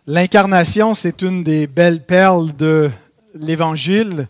L'incarnation, c'est une des belles perles de l'Évangile.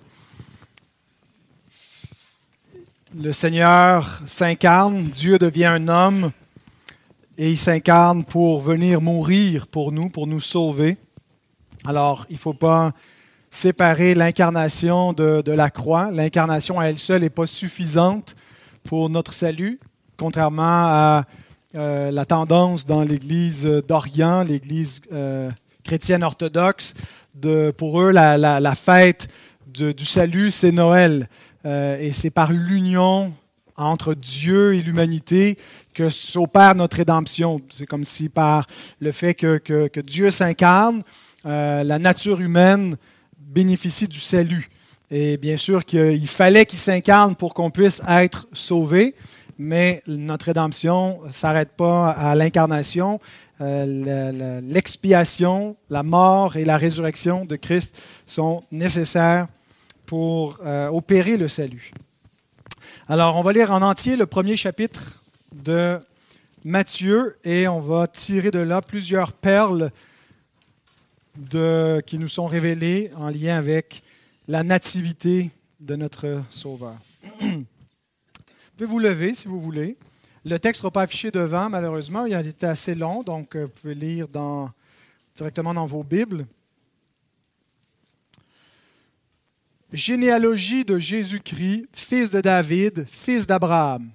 Le Seigneur s'incarne, Dieu devient un homme et il s'incarne pour venir mourir pour nous sauver. Alors, il ne faut pas séparer l'incarnation de la croix. L'incarnation à elle seule n'est pas suffisante pour notre salut, contrairement à la tendance dans l'Église d'Orient, l'Église chrétienne orthodoxe. Pour eux, la fête du salut, c'est Noël. Et c'est par l'union entre Dieu et l'humanité que s'opère notre rédemption. C'est comme si par le fait que Dieu s'incarne, la nature humaine bénéficie du salut. Et bien sûr qu'il fallait qu'il s'incarne pour qu'on puisse être sauvé, mais notre rédemption ne s'arrête pas à l'incarnation. L'expiation, la mort et la résurrection de Christ sont nécessaires pour opérer le salut. Alors, on va lire en entier le premier chapitre de Matthieu et on va tirer de là plusieurs perles qui nous sont révélées en lien avec la nativité de notre Sauveur. Vous pouvez vous lever si vous voulez. Le texte ne sera pas affiché devant, malheureusement. Il a été assez long, donc vous pouvez lire directement dans vos Bibles. Généalogie de Jésus-Christ, fils de David, fils d'Abraham.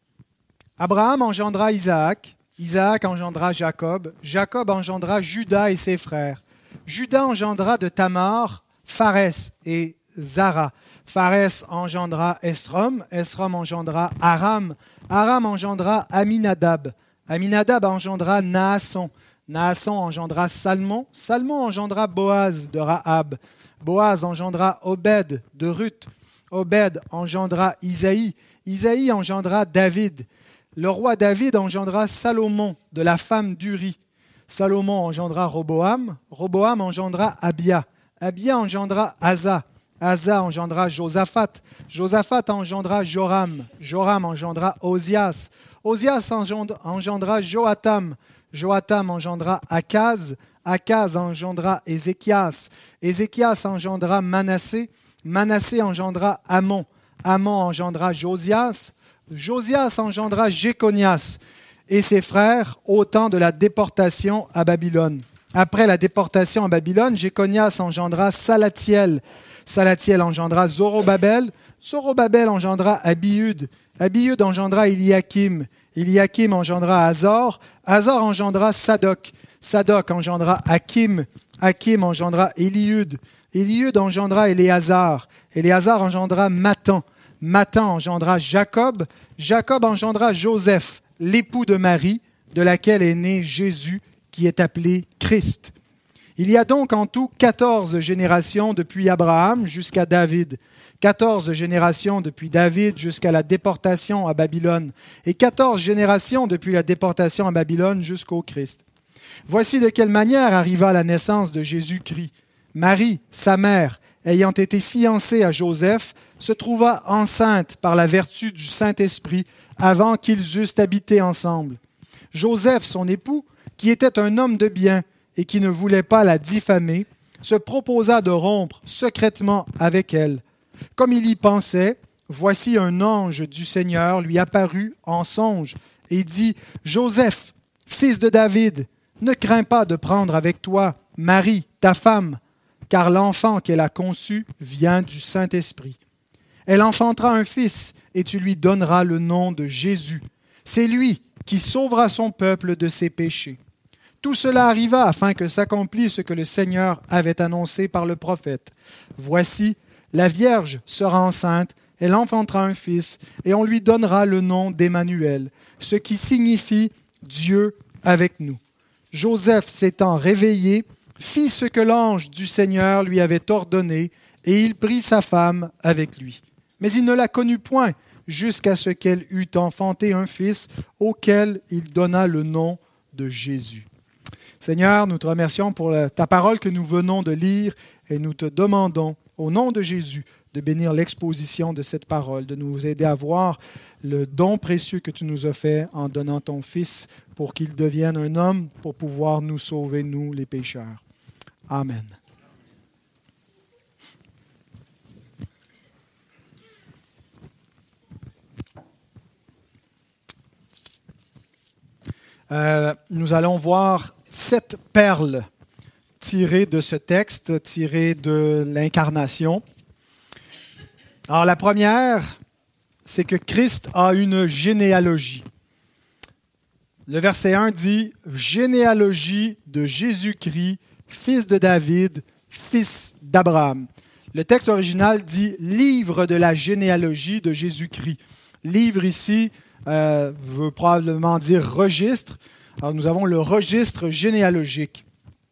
Abraham engendra Isaac, Isaac engendra Jacob, Jacob engendra Juda et ses frères. Juda engendra de Tamar, Pharès et Zara. Pharès engendra Esrom, Esrom engendra Aram, Aram engendra Aminadab, Aminadab engendra Naasson, Naasson engendra Salmon, Salmon engendra Boaz de Rahab, Boaz engendra Obed de Ruth, Obed engendra Isaïe, Isaïe engendra David, le roi David engendra Salomon de la femme d'Uri, Salomon engendra Roboam, Roboam engendra Abia, Abia engendra Asa, Asa engendra Josaphat, Josaphat engendra Joram, Joram engendra Osias, Osias engendra Joatam, Joatam engendra Akaz, Akaz engendra Ézéchias, Ézéchias engendra Manassé, Manassé engendra Amon, Amon engendra Josias, Josias engendra Jéconias et ses frères au temps de la déportation à Babylone. Après la déportation à Babylone, Jéconias engendra Salatiel, Salatiel engendra Zorobabel, Zorobabel engendra Abiud, Abiud engendra Eliakim, Eliakim engendra Azor, Azor engendra Sadoc, Sadoc engendra Hakim, Hakim engendra Eliud, Eliud engendra Éléazar, Éléazar engendra Mathan, Mathan engendra Jacob, Jacob engendra Joseph, l'époux de Marie, de laquelle est né Jésus, qui est appelé Christ. Il y a donc en tout 14 générations depuis Abraham jusqu'à David, 14 générations depuis David jusqu'à la déportation à Babylone, et 14 générations depuis la déportation à Babylone jusqu'au Christ. Voici de quelle manière arriva la naissance de Jésus-Christ. Marie, sa mère, ayant été fiancée à Joseph, se trouva enceinte par la vertu du Saint-Esprit avant qu'ils eussent habité ensemble. Joseph, son époux, qui était un homme de bien et qui ne voulait pas la diffamer, se proposa de rompre secrètement avec elle. Comme il y pensait, voici un ange du Seigneur lui apparut en songe et dit « Joseph, fils de David, ne crains pas de prendre avec toi Marie, ta femme, car l'enfant qu'elle a conçu vient du Saint-Esprit. Elle enfantera un fils et tu lui donneras le nom de Jésus. C'est lui qui sauvera son peuple de ses péchés. » Tout cela arriva afin que s'accomplisse ce que le Seigneur avait annoncé par le prophète. Voici, la Vierge sera enceinte, elle enfantera un fils, et on lui donnera le nom d'Emmanuel, ce qui signifie Dieu avec nous. Joseph s'étant réveillé, fit ce que l'ange du Seigneur lui avait ordonné, et il prit sa femme avec lui. Mais il ne la connut point, jusqu'à ce qu'elle eût enfanté un fils, auquel il donna le nom de Jésus. Seigneur, nous te remercions pour ta parole que nous venons de lire et nous te demandons, au nom de Jésus, de bénir l'exposition de cette parole, de nous aider à voir le don précieux que tu nous as fait en donnant ton Fils pour qu'il devienne un homme pour pouvoir nous sauver, nous les pécheurs. Amen. Nous allons voir 7 perles tirées de ce texte, tirées de l'incarnation. Alors la première, c'est que Christ a une généalogie. Le verset 1 dit « Généalogie de Jésus-Christ, fils de David, fils d'Abraham ». Le texte original dit « Livre de la généalogie de Jésus-Christ ». Livre ici veut probablement dire registre. Alors nous avons le registre généalogique.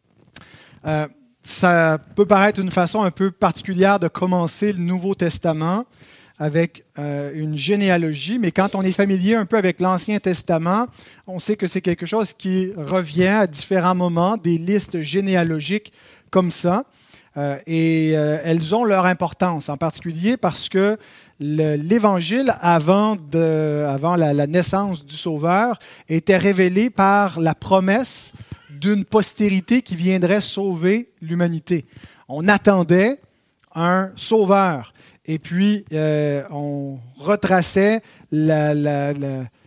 Ça peut paraître une façon un peu particulière de commencer le Nouveau Testament avec une généalogie, mais quand on est familier un peu avec l'Ancien Testament, on sait que c'est quelque chose qui revient à différents moments, des listes généalogiques comme ça, et elles ont leur importance, en particulier parce que l'Évangile, avant la naissance du Sauveur, était révélé par la promesse d'une postérité qui viendrait sauver l'humanité. On attendait un Sauveur. Et puis, on retraçait la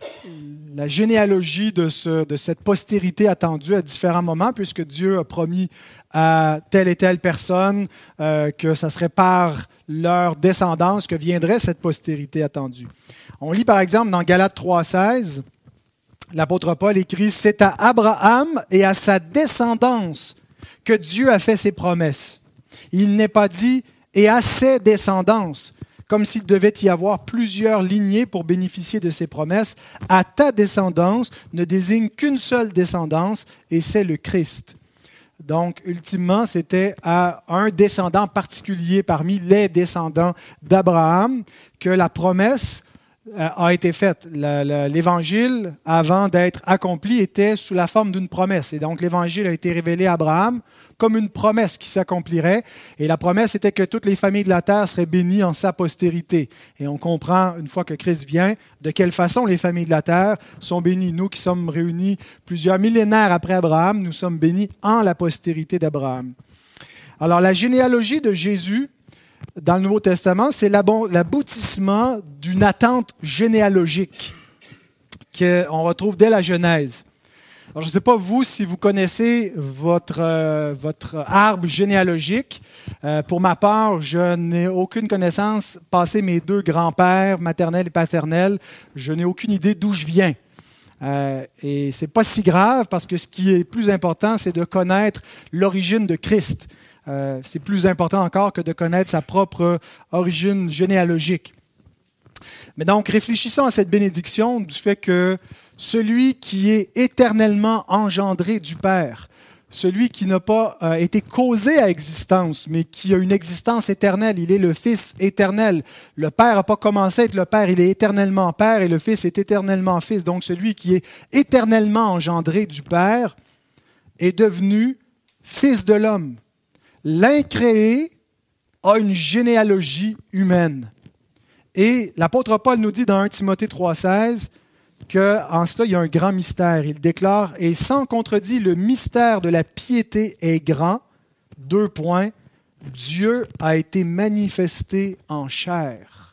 généalogie de cette postérité attendue à différents moments, puisque Dieu a promis à telle et telle personne que ça serait par leur descendance que viendrait cette postérité attendue. On lit par exemple dans Galates 3,16, l'apôtre Paul écrit « C'est à Abraham et à sa descendance que Dieu a fait ses promesses. Il n'est pas dit « et à ses descendances », comme s'il devait y avoir plusieurs lignées pour bénéficier de ses promesses. À ta descendance ne désigne qu'une seule descendance, et c'est le Christ. Donc, ultimement, c'était à un descendant particulier parmi les descendants d'Abraham que la promesse a été faite. L'Évangile, avant d'être accompli, était sous la forme d'une promesse. Et donc, l'Évangile a été révélé à Abraham comme une promesse qui s'accomplirait. Et la promesse était que toutes les familles de la terre seraient bénies en sa postérité. Et on comprend, une fois que Christ vient, de quelle façon les familles de la terre sont bénies. Nous qui sommes réunis plusieurs millénaires après Abraham, nous sommes bénis en la postérité d'Abraham. Alors, la généalogie de Jésus dans le Nouveau Testament, c'est l'aboutissement d'une attente généalogique qu'on retrouve dès la Genèse. Alors, je ne sais pas, vous, si vous connaissez votre arbre généalogique. Pour ma part, je n'ai aucune connaissance, passé mes 2 grands-pères, maternels et paternels, je n'ai aucune idée d'où je viens. Et ce n'est pas si grave, parce que ce qui est plus important, c'est de connaître l'origine de Christ. C'est plus important encore que de connaître sa propre origine généalogique. Mais donc, réfléchissons à cette bénédiction du fait que celui qui est éternellement engendré du Père, celui qui n'a pas été causé à existence, mais qui a une existence éternelle, il est le Fils éternel. Le Père n'a pas commencé à être le Père, il est éternellement Père et le Fils est éternellement Fils. Donc, celui qui est éternellement engendré du Père est devenu Fils de l'homme. L'incréé a une généalogie humaine. Et l'apôtre Paul nous dit dans 1 Timothée 3,16 qu'en cela, il y a un grand mystère. Il déclare « Et sans contredit, le mystère de la piété est grand. » Dieu a été manifesté en chair,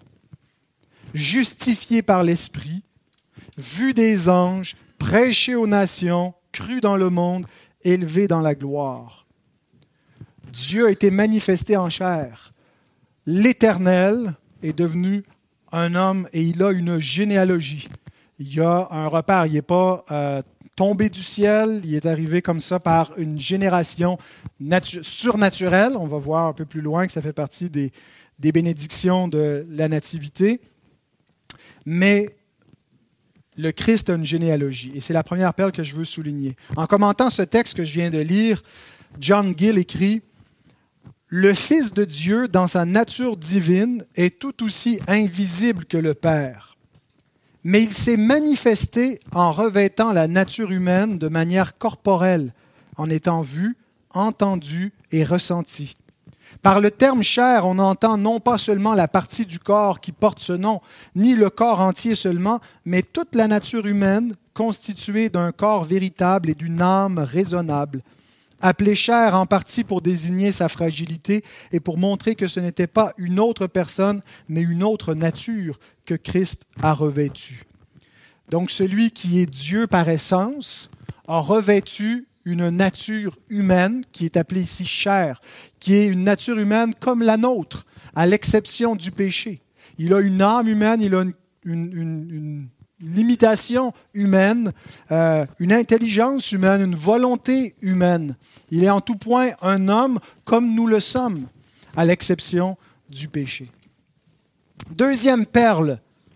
justifié par l'Esprit, vu des anges, prêché aux nations, cru dans le monde, élevé dans la gloire. Dieu a été manifesté en chair. L'Éternel est devenu un homme et il a une généalogie. Il y a un repère. Il n'est pas tombé du ciel. Il est arrivé comme ça par une génération surnaturelle. On va voir un peu plus loin que ça fait partie des bénédictions de la nativité. Mais le Christ a une généalogie. Et c'est la première perle que je veux souligner. En commentant ce texte que je viens de lire, John Gill écrit « Le Fils de Dieu, dans sa nature divine, est tout aussi invisible que le Père. Mais il s'est manifesté en revêtant la nature humaine de manière corporelle, en étant vu, entendu et ressenti. Par le terme chair, on entend non pas seulement la partie du corps qui porte ce nom, ni le corps entier seulement, mais toute la nature humaine constituée d'un corps véritable et d'une âme raisonnable. appelé chair en partie pour désigner sa fragilité et pour montrer que ce n'était pas une autre personne, mais une autre nature que Christ a revêtue. Donc celui qui est Dieu par essence a revêtu une nature humaine qui est appelée ici chair, qui est une nature humaine comme la nôtre, à l'exception du péché. Il a une âme humaine, il a une limitation humaine, une intelligence humaine, une volonté humaine. Il est en tout point un homme comme nous le sommes, à l'exception du péché. Deuxième perle,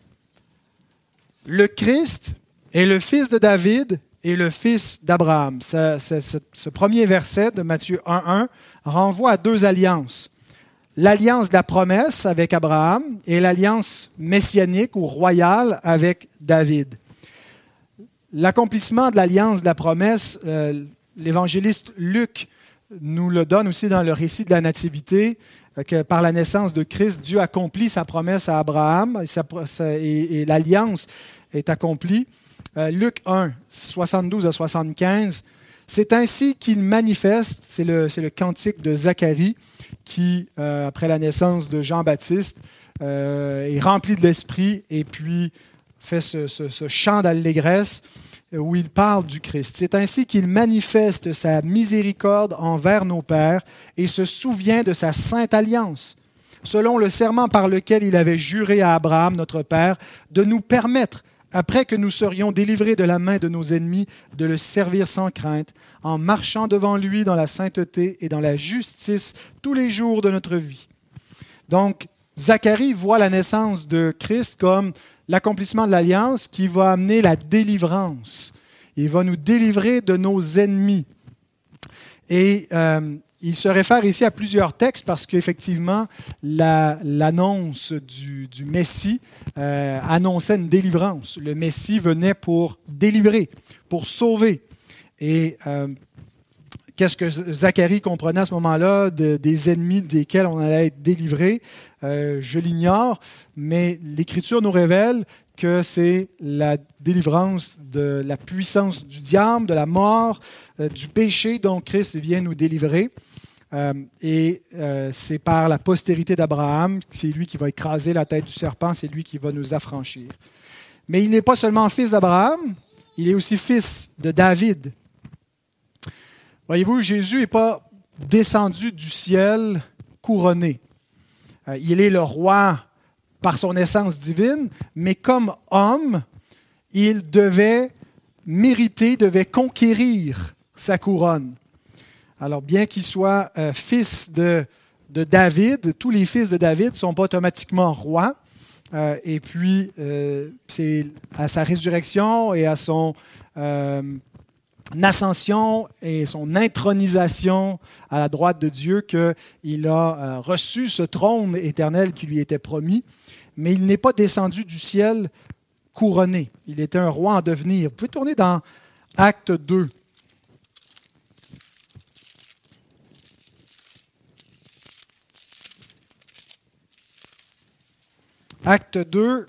le Christ est le fils de David et le fils d'Abraham. Ce premier verset de Matthieu 1.1 renvoie à deux alliances. L'alliance de la promesse avec Abraham et l'alliance messianique ou royale avec David. L'accomplissement de l'alliance de la promesse, l'évangéliste Luc nous le donne aussi dans le récit de la Nativité, que par la naissance de Christ, Dieu accomplit sa promesse à Abraham et l'alliance est accomplie. Luc 1, 72 à 75, c'est ainsi qu'il manifeste, c'est le cantique de Zacharie, qui, après la naissance de Jean-Baptiste, est rempli de l'Esprit et puis fait ce chant d'allégresse où il parle du Christ. C'est ainsi qu'il manifeste sa miséricorde envers nos pères et se souvient de sa sainte alliance, selon le serment par lequel il avait juré à Abraham, notre père, de nous permettre, après que nous serions délivrés de la main de nos ennemis, de le servir sans crainte, en marchant devant lui dans la sainteté et dans la justice tous les jours de notre vie. Donc, Zacharie voit la naissance de Christ comme l'accomplissement de l'alliance qui va amener la délivrance. Il va nous délivrer de nos ennemis. Et il se réfère ici à plusieurs textes parce qu'effectivement, l'annonce du Messie annonçait une délivrance. Le Messie venait pour délivrer, pour sauver. Et qu'est-ce que Zacharie comprenait à ce moment-là des ennemis desquels on allait être délivré? Je l'ignore, mais l'Écriture nous révèle que c'est la délivrance de la puissance du diable, de la mort, du péché dont Christ vient nous délivrer. Et c'est par la postérité d'Abraham, c'est lui qui va écraser la tête du serpent, c'est lui qui va nous affranchir. Mais il n'est pas seulement fils d'Abraham, il est aussi fils de David. Voyez-vous, Jésus n'est pas descendu du ciel couronné. Il est le roi par son essence divine, mais comme homme, il devait mériter, devait conquérir sa couronne. Alors, bien qu'il soit fils de David, tous les fils de David ne sont pas automatiquement rois. Et puis, c'est à sa résurrection et à son ascension et son intronisation à la droite de Dieu qu'il a reçu ce trône éternel qui lui était promis. Mais il n'est pas descendu du ciel couronné. Il était un roi en devenir. Vous pouvez tourner dans Acte 2. Acte 2,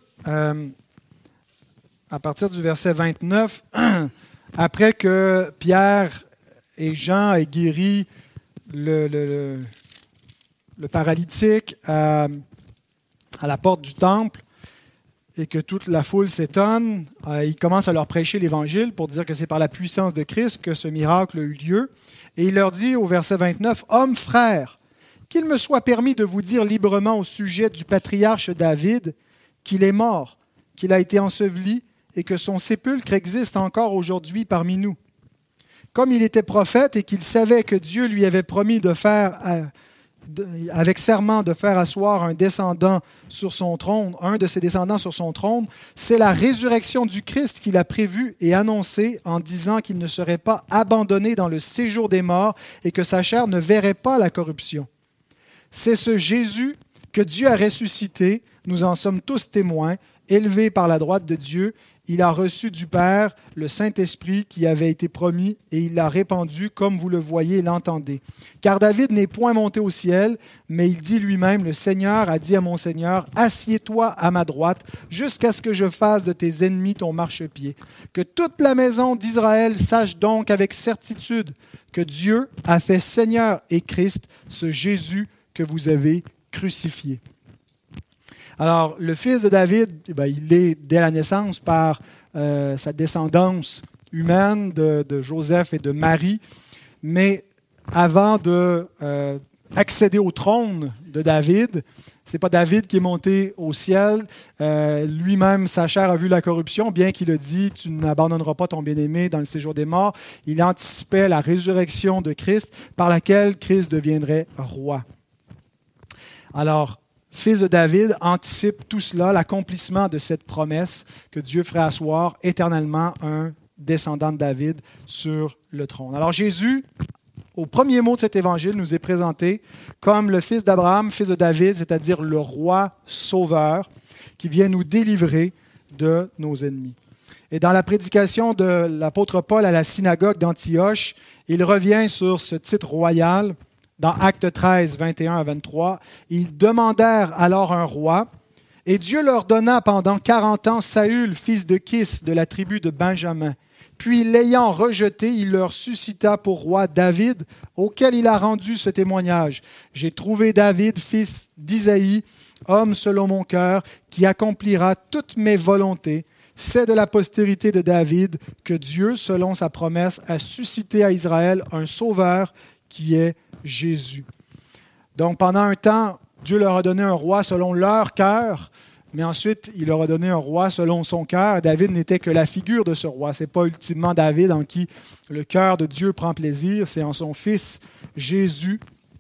à partir du verset 29, après que Pierre et Jean aient guéri le paralytique à la porte du temple et que toute la foule s'étonne, il commence à leur prêcher l'Évangile pour dire que c'est par la puissance de Christ que ce miracle a eu lieu. Et il leur dit au verset 29, « Hommes, frères, qu'il me soit permis de vous dire librement au sujet du patriarche David qu'il est mort, qu'il a été enseveli et que son sépulcre existe encore aujourd'hui parmi nous. Comme il était prophète et qu'il savait que Dieu lui avait promis de faire, avec serment, de faire asseoir un descendant sur son trône, un de ses descendants sur son trône, c'est la résurrection du Christ qu'il a prévue et annoncée en disant qu'il ne serait pas abandonné dans le séjour des morts et que sa chair ne verrait pas la corruption. C'est ce Jésus que Dieu a ressuscité, nous en sommes tous témoins, élevé par la droite de Dieu, il a reçu du Père le Saint-Esprit qui avait été promis et il l'a répandu comme vous le voyez et l'entendez. Car David n'est point monté au ciel, mais il dit lui-même, le Seigneur a dit à mon Seigneur, assieds-toi à ma droite jusqu'à ce que je fasse de tes ennemis ton marchepied. Que toute la maison d'Israël sache donc avec certitude que Dieu a fait Seigneur et Christ ce Jésus que vous avez crucifié. Alors, le fils de David, il est dès la naissance par sa descendance humaine de Joseph et de Marie, mais avant d'accéder au trône de David, ce n'est pas David qui est monté au ciel. Lui-même, sa chair a vu la corruption, bien qu'il ait dit « Tu n'abandonneras pas ton bien-aimé dans le séjour des morts ». Il anticipait la résurrection de Christ par laquelle Christ deviendrait roi. Alors, fils de David anticipe tout cela, l'accomplissement de cette promesse que Dieu ferait asseoir éternellement un descendant de David sur le trône. Alors Jésus, au premier mot de cet évangile, nous est présenté comme le fils d'Abraham, fils de David, c'est-à-dire le roi sauveur qui vient nous délivrer de nos ennemis. Et dans la prédication de l'apôtre Paul à la synagogue d'Antioche, il revient sur ce titre royal. Dans Actes 13, 21 à 23, ils demandèrent alors un roi, et Dieu leur donna pendant 40 ans Saül, fils de Kis, de la tribu de Benjamin. Puis, l'ayant rejeté, il leur suscita pour roi David, auquel il a rendu ce témoignage. J'ai trouvé David, fils d'Isaïe, homme selon mon cœur, qui accomplira toutes mes volontés. C'est de la postérité de David que Dieu, selon sa promesse, a suscité à Israël un sauveur qui est Jésus. Donc, pendant un temps, Dieu leur a donné un roi selon leur cœur, mais ensuite, il leur a donné un roi selon son cœur. David n'était que la figure de ce roi. Ce n'est pas ultimement David en qui le cœur de Dieu prend plaisir, c'est en son fils Jésus.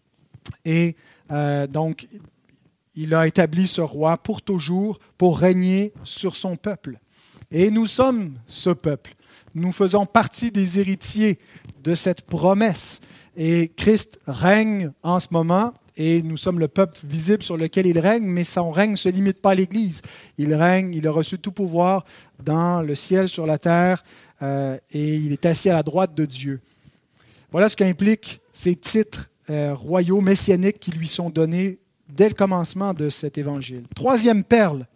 Et donc, il a établi ce roi pour toujours, pour régner sur son peuple. Et nous sommes ce peuple. Nous faisons partie des héritiers de cette promesse. Et Christ règne en ce moment, et nous sommes le peuple visible sur lequel il règne, mais son règne ne se limite pas à l'Église. Il règne, il a reçu tout pouvoir dans le ciel, sur la terre, et il est assis à la droite de Dieu. Voilà ce qu'impliquent ces titres royaux, messianiques qui lui sont donnés dès le commencement de cet évangile. Troisième perle,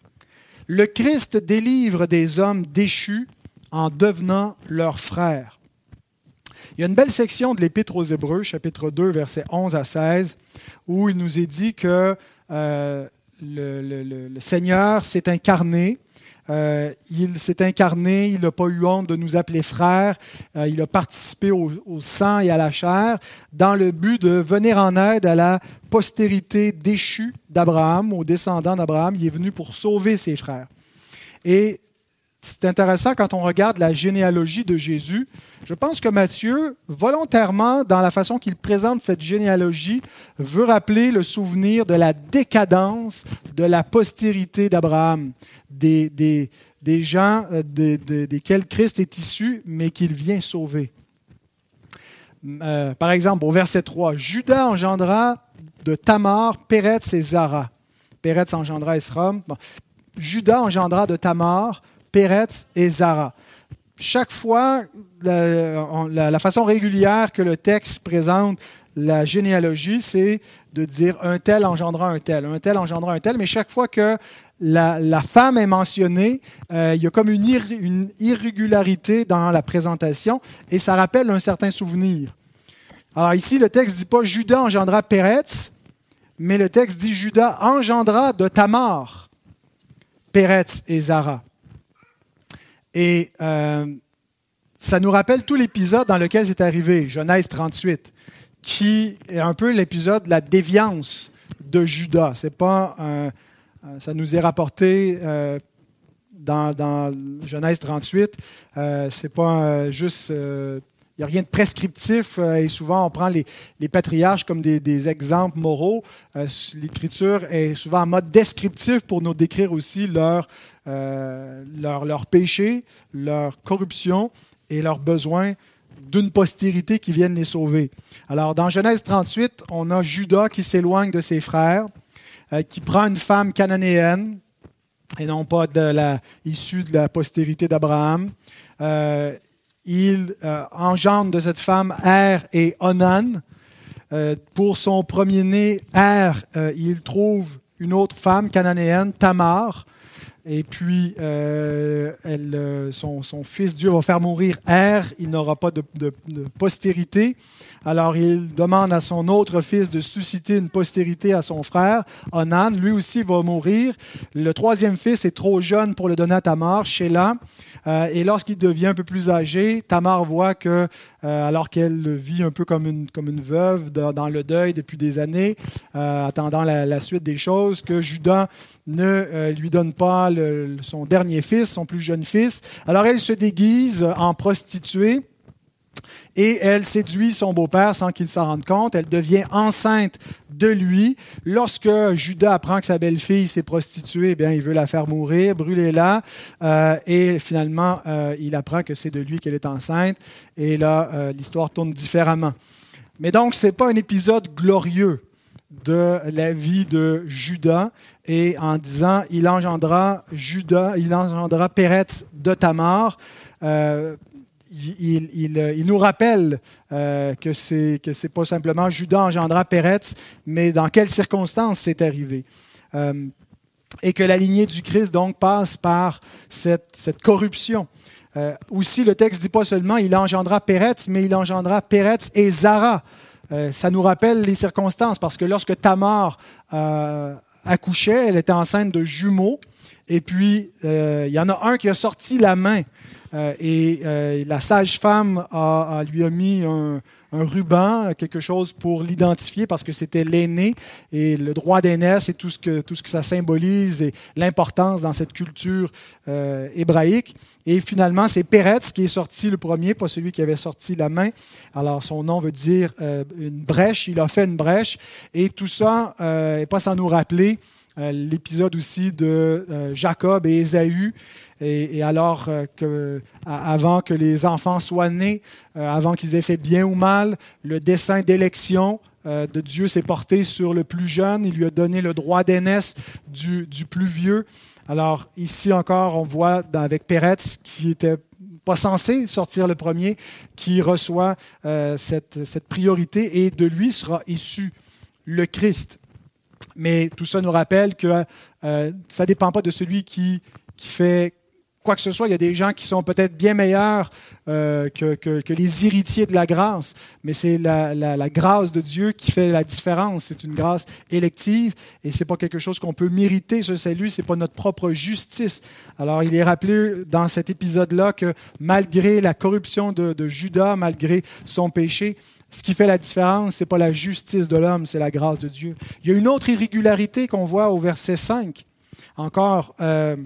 le Christ délivre des hommes déchus en devenant leurs frères. Il y a une belle section de l'Épître aux Hébreux, chapitre 2, versets 11 à 16, où il nous est dit que le Seigneur s'est incarné. Il s'est incarné, il n'a pas eu honte de nous appeler frères. Il a participé au sang et à la chair dans le but de venir en aide à la postérité déchue d'Abraham, aux descendants d'Abraham. Il est venu pour sauver ses frères. Et c'est intéressant quand on regarde la généalogie de Jésus. Je pense que Matthieu, volontairement, dans la façon qu'il présente cette généalogie, veut rappeler le souvenir de la décadence de la postérité d'Abraham, des gens desquels Christ est issu, mais qu'il vient sauver. Par exemple, au verset 3, Judas engendra de Tamar, Péretz et Zara. Péretz engendra Esrom. Bon. Judas engendra de Tamar, Péretz et Zara. Chaque fois, la façon régulière que le texte présente la généalogie, c'est de dire un tel engendra un tel engendra un tel, mais chaque fois que la femme est mentionnée, il y a comme une irrégularité dans la présentation et ça rappelle un certain souvenir. Alors ici, le texte ne dit pas Judas engendra Péretz, mais le texte dit Judas engendra de Tamar, Péretz et Zara. Et ça nous rappelle tout l'épisode dans lequel c'est arrivé, Genèse 38, qui est un peu l'épisode de la déviance de Judas. C'est pas ça nous est rapporté dans Genèse 38. C'est pas juste... il n'y a rien de prescriptif et souvent on prend les patriarches comme des exemples moraux. L'Écriture est souvent en mode descriptif pour nous décrire aussi leur péché, leur corruption et leur besoin d'une postérité qui vienne les sauver. Alors dans Genèse 38, on a Judas qui s'éloigne de ses frères, qui prend une femme cananéenne et non pas issu de la postérité d'Abraham. Il engendre de cette femme Er et Onan. Pour son premier-né, il trouve une autre femme cananéenne, Tamar. Et puis, son fils, Dieu va faire mourir il n'aura pas de postérité. Alors, il demande à son autre fils de susciter une postérité à son frère, Onan. Lui aussi va mourir. Le troisième fils est trop jeune pour le donner à Tamar, Sheila. Et lorsqu'il devient un peu plus âgé, Tamar voit que, alors qu'elle vit un peu comme une veuve dans le deuil depuis des années, attendant la suite des choses, que Juda ne lui donne pas son dernier fils, son plus jeune fils. Alors elle se déguise en prostituée et elle séduit son beau-père sans qu'il s'en rende compte. Elle devient enceinte de lui. Lorsque Juda apprend que sa belle-fille s'est prostituée, eh bien, il veut la faire mourir, brûler-la. Et finalement, il apprend que c'est de lui qu'elle est enceinte. Et là, l'histoire tourne différemment. Mais donc, ce n'est pas un épisode glorieux de la vie de Juda. Et en disant, il engendra Péretz de Tamar. Il nous rappelle que c'est pas simplement Juda engendra Péretz, mais dans quelles circonstances c'est arrivé. Et que la lignée du Christ, donc, passe par cette corruption. Aussi, le texte ne dit pas seulement il engendra Péretz, mais il engendra Péretz et Zara. Ça nous rappelle les circonstances, parce que lorsque Tamar accouchait, elle était enceinte de jumeaux, et puis il y en a un qui a sorti la main. Et la sage-femme lui a mis un ruban, quelque chose pour l'identifier parce que c'était l'aîné et le droit d'aînesse et tout ce que ça symbolise et l'importance dans cette culture hébraïque. Et finalement, c'est Péretz qui est sorti le premier, pas celui qui avait sorti la main. Alors, son nom veut dire une brèche. Il a fait une brèche. Et tout ça, et pas sans nous rappeler l'épisode aussi de Jacob et Ésaü. Et alors avant que les enfants soient nés, avant qu'ils aient fait bien ou mal, le dessein d'élection de Dieu s'est porté sur le plus jeune. Il lui a donné le droit d'aînesse du plus vieux. Alors ici encore, on voit avec Péretz, qui n'était pas censé sortir le premier, qui reçoit cette priorité et de lui sera issu le Christ. Mais tout ça nous rappelle que ça ne dépend pas de celui qui fait quoi que ce soit. Il y a des gens qui sont peut-être bien meilleurs que les héritiers de la grâce, mais c'est la grâce de Dieu qui fait la différence. C'est une grâce élective et ce n'est pas quelque chose qu'on peut mériter, ce salut, ce n'est pas notre propre justice. Alors il est rappelé dans cet épisode-là que malgré la corruption de Judas, malgré son péché, ce qui fait la différence, ce n'est pas la justice de l'homme, c'est la grâce de Dieu. Il y a une autre irrégularité qu'on voit au verset 5. Encore,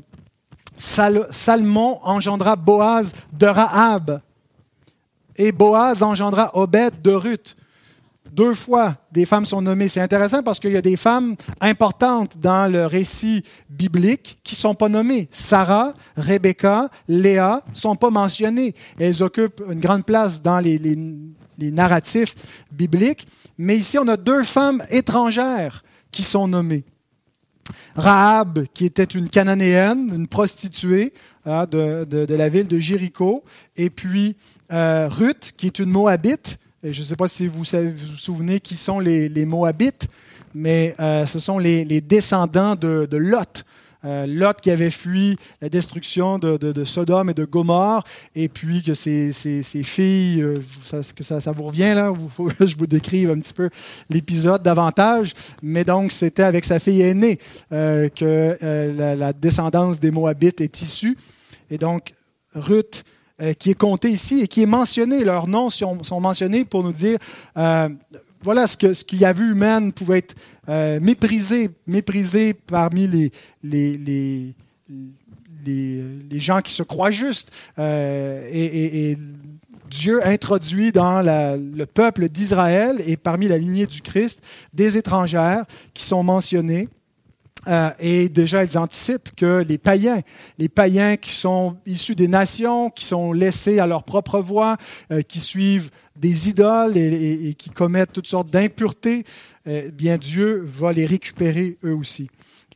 Salmon engendra Boaz de Rahab et Boaz engendra Obed de Ruth. 2 fois, des femmes sont nommées. C'est intéressant parce qu'il y a des femmes importantes dans le récit biblique qui ne sont pas nommées. Sarah, Rebecca, Léa ne sont pas mentionnées. Elles occupent une grande place dans les narratifs bibliques. Mais ici, on a 2 femmes étrangères qui sont nommées. Rahab, qui était une Cananéenne, une prostituée de la ville de Jéricho, et puis Ruth, qui est une Moabite. Et je ne sais pas si vous vous souvenez qui sont les Moabites, mais ce sont les descendants de Lot. Lot qui avait fui la destruction de Sodome et de Gomorrhe, et puis que ses filles, ça vous revient là, il faut que je vous décrive un petit peu l'épisode davantage, mais donc c'était avec sa fille aînée que la descendance des Moabites est issue, et donc Ruth qui est comptée ici et qui est mentionnée, leurs noms sont mentionnés pour nous dire voilà ce qu'il y a vu humaine pouvait être méprisé parmi les gens qui se croient justes. Et Dieu introduit dans le peuple d'Israël et parmi la lignée du Christ des étrangères qui sont mentionnées. Et déjà, ils anticipent que les païens qui sont issus des nations, qui sont laissés à leur propre voie, qui suivent des idoles et qui commettent toutes sortes d'impuretés, bien Dieu va les récupérer eux aussi.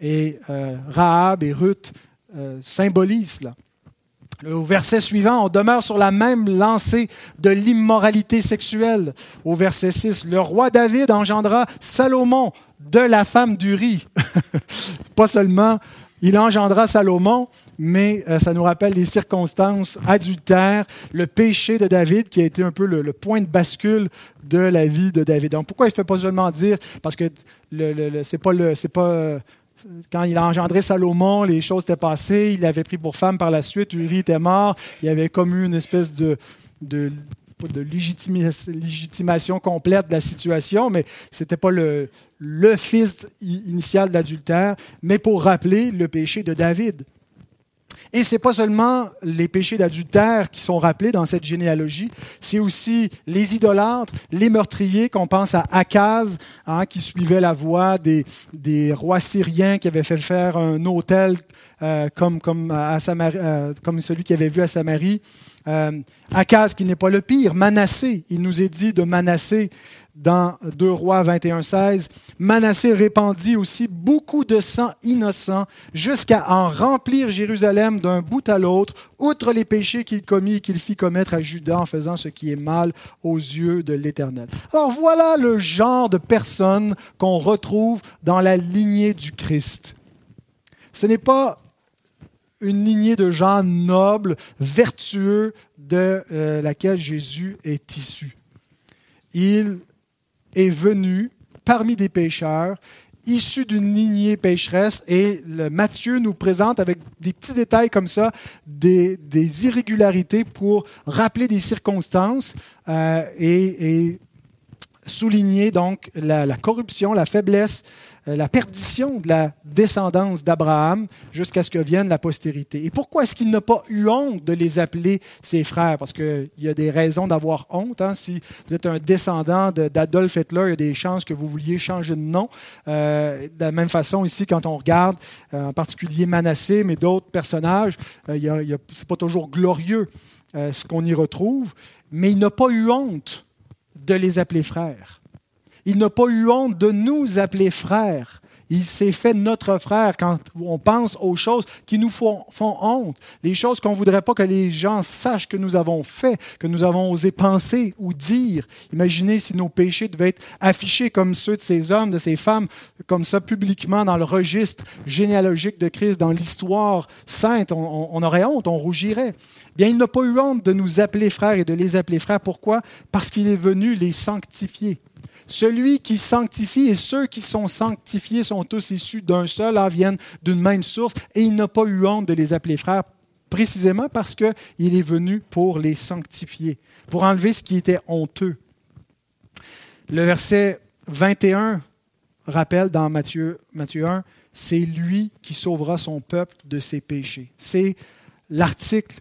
Et Rahab et Ruth symbolisent cela. Au verset suivant, on demeure sur la même lancée de l'immoralité sexuelle. Au verset 6, le roi David engendra Salomon de la femme d'Uri. Pas seulement il engendra Salomon, mais ça nous rappelle les circonstances adultères, le péché de David qui a été un peu le point de bascule de la vie de David. Donc pourquoi il ne fait pas seulement dire, parce que c'est pas quand il a engendré Salomon, les choses étaient passées, il l'avait pris pour femme par la suite, Uri était mort, il y avait comme eu une espèce de légitimation complète de la situation, mais ce n'était pas le fils initial de l'adultère, mais pour rappeler le péché de David. Et ce n'est pas seulement les péchés d'adultère qui sont rappelés dans cette généalogie, c'est aussi les idolâtres, les meurtriers, qu'on pense à Akaz, qui suivait la voie des rois syriens qui avaient fait faire un autel comme celui qu'il avait vu à Samarie. Akaz qui n'est pas le pire, Manassé, il nous est dit de Manassé dans 2 Rois 21,16, Manassé répandit aussi beaucoup de sang innocent jusqu'à en remplir Jérusalem d'un bout à l'autre, outre les péchés qu'il commit et qu'il fit commettre à Juda en faisant ce qui est mal aux yeux de l'Éternel. Alors voilà le genre de personnes qu'on retrouve dans la lignée du Christ. Ce n'est pas une lignée de gens nobles, vertueux, de laquelle Jésus est issu. Il est venu parmi des pécheurs, issu d'une lignée pécheresse, et Matthieu nous présente avec des petits détails comme ça, des irrégularités pour rappeler des circonstances et souligner donc la corruption, la faiblesse, la perdition de la descendance d'Abraham jusqu'à ce que vienne la postérité. Et pourquoi est-ce qu'il n'a pas eu honte de les appeler ses frères? Parce qu'il y a des raisons d'avoir honte. Si vous êtes un descendant d'Adolf Hitler, il y a des chances que vous vouliez changer de nom. De la même façon, ici, quand on regarde en particulier Manassé, mais d'autres personnages, ce n'est pas toujours glorieux ce qu'on y retrouve, mais il n'a pas eu honte de les appeler frères. Il n'a pas eu honte de nous appeler frères. Il s'est fait notre frère quand on pense aux choses qui nous font honte, les choses qu'on ne voudrait pas que les gens sachent que nous avons fait, que nous avons osé penser ou dire. Imaginez si nos péchés devaient être affichés comme ceux de ces hommes, de ces femmes, comme ça publiquement dans le registre généalogique de Christ, dans l'histoire sainte. On aurait honte, on rougirait. Bien, il n'a pas eu honte de nous appeler frères et de les appeler frères. Pourquoi? Parce qu'il est venu les sanctifier. Celui qui sanctifie et ceux qui sont sanctifiés sont tous issus d'un seul, viennent d'une même source, et il n'a pas eu honte de les appeler frères, précisément parce qu'il est venu pour les sanctifier, pour enlever ce qui était honteux. Le verset 21 rappelle dans Matthieu 1, c'est lui qui sauvera son peuple de ses péchés. C'est l'article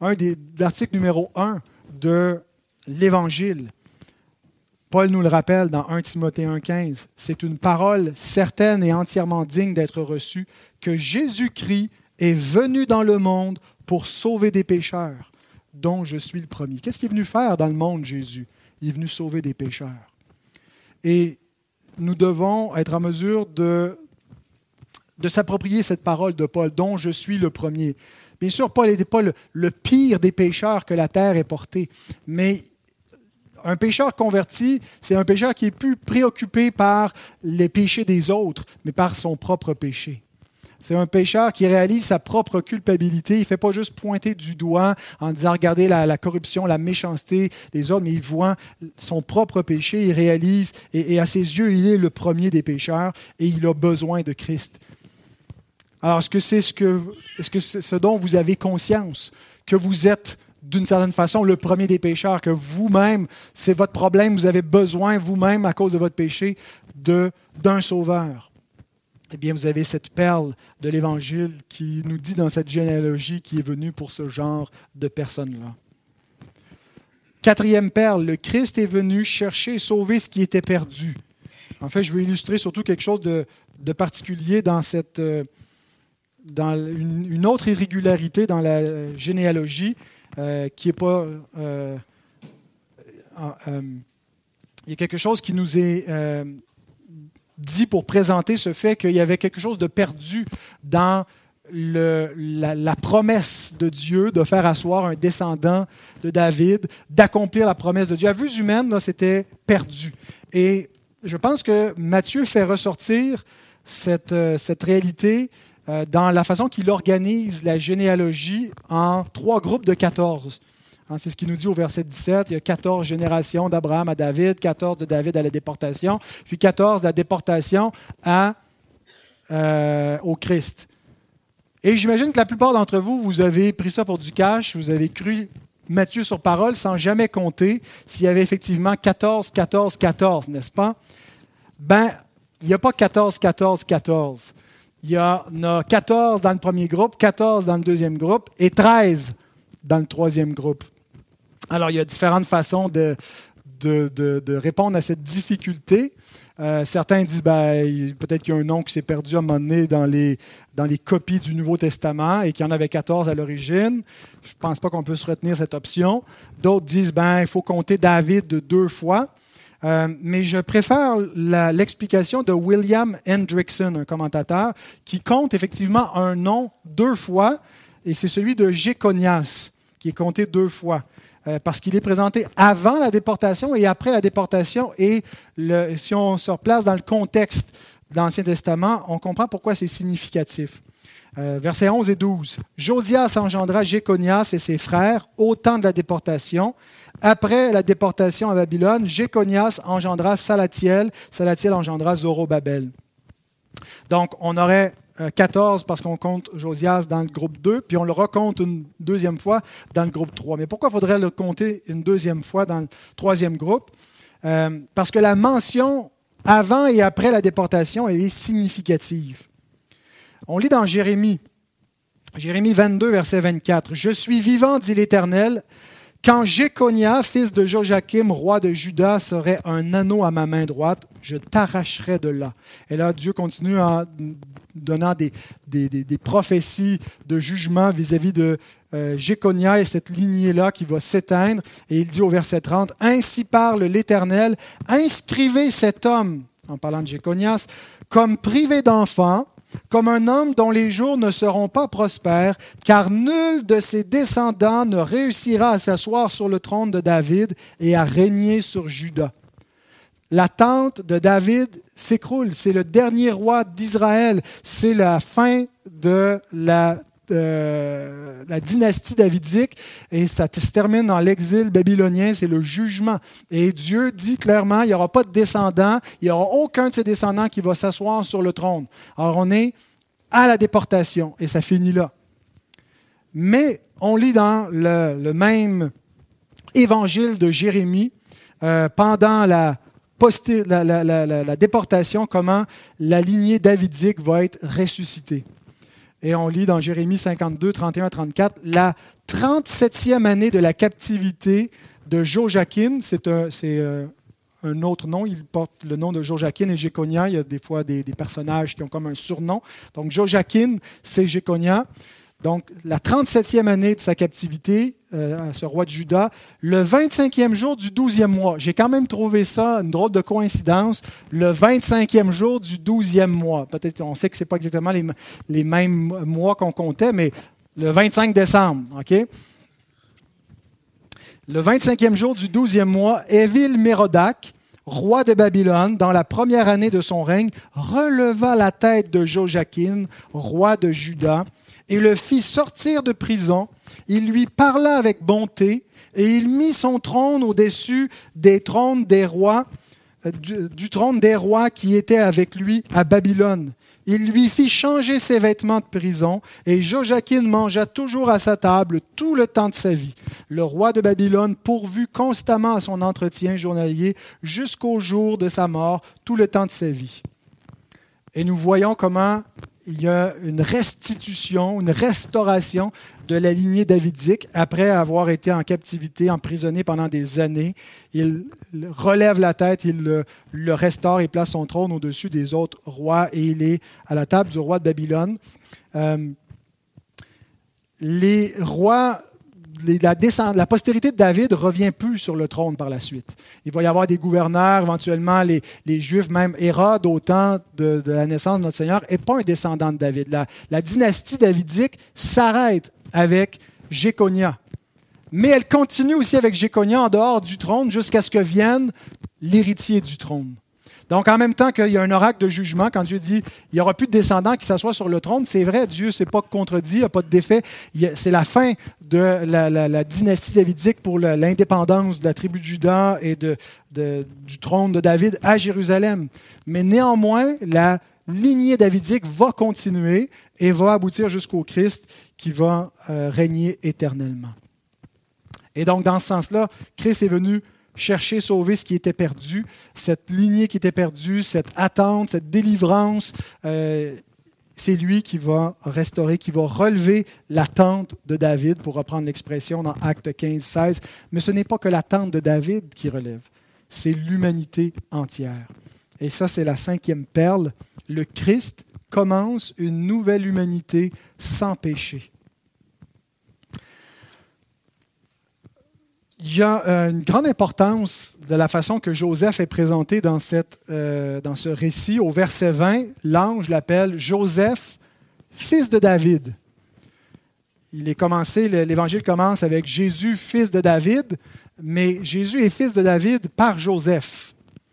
numéro 1 de l'Évangile. Paul nous le rappelle dans 1 Timothée 1,15. C'est une parole certaine et entièrement digne d'être reçue que Jésus-Christ est venu dans le monde pour sauver des pécheurs, dont je suis le premier. Qu'est-ce qu'il est venu faire dans le monde, Jésus? Il est venu sauver des pécheurs. Et nous devons être en mesure de s'approprier cette parole de Paul, dont je suis le premier. Bien sûr, Paul n'était pas le pire des pécheurs que la terre ait porté, mais un pécheur converti, c'est un pécheur qui est plus préoccupé par les péchés des autres, mais par son propre péché. C'est un pécheur qui réalise sa propre culpabilité. Il ne fait pas juste pointer du doigt en disant « Regardez la corruption, la méchanceté des autres », mais il voit son propre péché, il réalise, et à ses yeux, il est le premier des pécheurs, et il a besoin de Christ. Alors, est-ce que c'est ce dont vous avez conscience, que vous êtes d'une certaine façon le premier des pécheurs, que vous-même, c'est votre problème, vous avez besoin vous-même, à cause de votre péché, d'un sauveur? Eh bien, vous avez cette perle de l'Évangile qui nous dit dans cette généalogie qui est venue pour ce genre de personnes-là. Quatrième perle, le Christ est venu chercher et sauver ce qui était perdu. En fait, je veux illustrer surtout quelque chose de particulier dans une autre irrégularité dans la généalogie, qui n'est pas... il y a quelque chose qui nous est dit pour présenter ce fait qu'il y avait quelque chose de perdu dans la promesse de Dieu de faire asseoir un descendant de David, d'accomplir la promesse de Dieu. À vue humaine, là, c'était perdu. Et je pense que Matthieu fait ressortir cette réalité dans la façon qu'il organise la généalogie en 3 groupes de 14. C'est ce qu'il nous dit au verset 17. Il y a 14 générations d'Abraham à David, 14 de David à la déportation, puis 14 de la déportation au Christ. Et j'imagine que la plupart d'entre vous, vous avez pris ça pour du cash, vous avez cru Matthieu sur parole sans jamais compter s'il y avait effectivement 14, 14, 14, n'est-ce pas? Ben, il n'y a pas 14, 14, 14. Il y en a 14 dans le premier groupe, 14 dans le deuxième groupe et 13 dans le troisième groupe. Alors, il y a différentes façons de répondre à cette difficulté. Certains disent peut-être qu'il y a un nom qui s'est perdu à un moment donné dans les copies du Nouveau Testament et qu'il y en avait 14 à l'origine. Je ne pense pas qu'on peut se retenir cette option. D'autres disent il faut compter David 2 fois. Mais je préfère l'explication de William Hendrickson, un commentateur, qui compte effectivement un nom 2 fois, et c'est celui de Jéconias, qui est compté 2 fois. Parce qu'il est présenté avant la déportation et après la déportation. Et si on se replace dans le contexte de l'Ancien Testament, on comprend pourquoi c'est significatif. Versets 11 et 12. « Josias engendra Jéconias et ses frères au temps de la déportation. Après la déportation à Babylone, Jéconias engendra Salatiel. Salatiel engendra Zorobabel. » Donc, on aurait 14 parce qu'on compte Josias dans le groupe 2, puis on le recompte une deuxième fois dans le groupe 3. Mais pourquoi faudrait le compter une deuxième fois dans le troisième groupe? Parce que la mention avant et après la déportation, elle est significative. On lit dans Jérémie 22, verset 24. « Je suis vivant, dit l'Éternel, quand Jéconia, fils de Joachim, roi de Juda, serait un anneau à ma main droite, je t'arracherai de là. » Et là, Dieu continue en donnant des prophéties de jugement vis-à-vis de Jéconia et cette lignée-là qui va s'éteindre. Et il dit au verset 30, « Ainsi parle l'Éternel, inscrivez cet homme, en parlant de Jéconias, comme privé d'enfant, comme un homme dont les jours ne seront pas prospères, car nul de ses descendants ne réussira à s'asseoir sur le trône de David et à régner sur Juda. » La tente de David s'écroule. C'est le dernier roi d'Israël. C'est la fin de la dynastie davidique et ça se termine dans l'exil babylonien, c'est le jugement. Et Dieu dit clairement, il n'y aura pas de descendants, il n'y aura aucun de ses descendants qui va s'asseoir sur le trône. Alors on est à la déportation et ça finit là. Mais on lit dans le même évangile de Jérémie, pendant la déportation, comment la lignée davidique va être ressuscitée. Et on lit dans Jérémie 52, 31 à 34, la 37e année de la captivité de Joachim, c'est un autre nom, il porte le nom de Joachim et Jéconia, il y a des fois des personnages qui ont comme un surnom. Donc Joachim, c'est Jéconia. Donc la 37e année de sa captivité, à ce roi de Juda, le 25e jour du 12e mois. J'ai quand même trouvé ça une drôle de coïncidence, le 25e jour du 12e mois. Peut-être on sait que ce n'est pas exactement les mêmes mois qu'on comptait, mais le 25 décembre, OK? Le 25e jour du 12e mois, Évil-Mérodach, roi de Babylone, dans la première année de son règne, releva la tête de Joachim, roi de Juda, et le fit sortir de prison. Il lui parla avec bonté et il mit son trône au-dessus des trônes des rois, du trône des rois qui étaient avec lui à Babylone. Il lui fit changer ses vêtements de prison et Joachim mangea toujours à sa table tout le temps de sa vie. Le roi de Babylone pourvut constamment à son entretien journalier jusqu'au jour de sa mort, tout le temps de sa vie. Et nous voyons comment il y a une restitution, une restauration de la lignée davidique après avoir été en captivité, emprisonné pendant des années. Il relève la tête, il le restaure et place son trône au-dessus des autres rois et il est à la table du roi de Babylone. Les rois la postérité de David ne revient plus sur le trône par la suite. Il va y avoir des gouverneurs, éventuellement les Juifs, même Hérode au temps de la naissance de notre Seigneur, n'est pas un descendant de David. La dynastie davidique s'arrête avec Jéconia. Mais elle continue aussi avec Jéconia en dehors du trône jusqu'à ce que vienne l'héritier du trône. Donc, en même temps qu'il y a un oracle de jugement, quand Dieu dit il n'y aura plus de descendants qui s'assoient sur le trône, c'est vrai, Dieu ne s'est pas contredit, il n'y a pas de défait. C'est la fin de la dynastie davidique pour l'indépendance de la tribu de Juda et du trône de David à Jérusalem. Mais néanmoins, la lignée davidique va continuer et va aboutir jusqu'au Christ qui va régner éternellement. Et donc, dans ce sens-là, Christ est venu chercher, sauver ce qui était perdu, cette lignée qui était perdue, cette attente, cette délivrance. C'est lui qui va restaurer, qui va relever la tente de David, pour reprendre l'expression dans Actes 15, 16. Mais ce n'est pas que la tente de David qui relève, c'est l'humanité entière. Et ça, c'est la cinquième perle. Le Christ commence une nouvelle humanité sans péché. Il y a une grande importance de la façon que Joseph est présenté dans ce récit. Au verset 20, l'ange l'appelle Joseph, fils de David. L'évangile commence avec Jésus, fils de David, mais Jésus est fils de David par Joseph.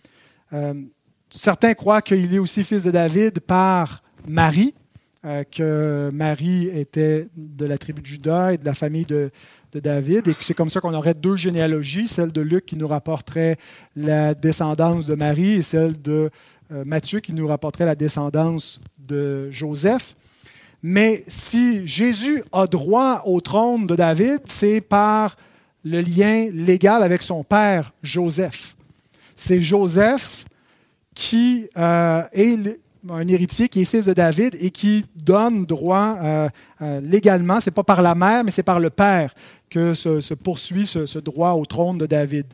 Certains croient qu'il est aussi fils de David par Marie, que Marie était de la tribu de Juda et de la famille de David, et que c'est comme ça qu'on aurait deux généalogies, celle de Luc qui nous rapporterait la descendance de Marie et celle de Matthieu qui nous rapporterait la descendance de Joseph. Mais si Jésus a droit au trône de David, c'est par le lien légal avec son père, Joseph. C'est Joseph qui est un héritier qui est fils de David et qui donne droit légalement, ce n'est pas par la mère, mais c'est par le père que se poursuit ce droit au trône de David.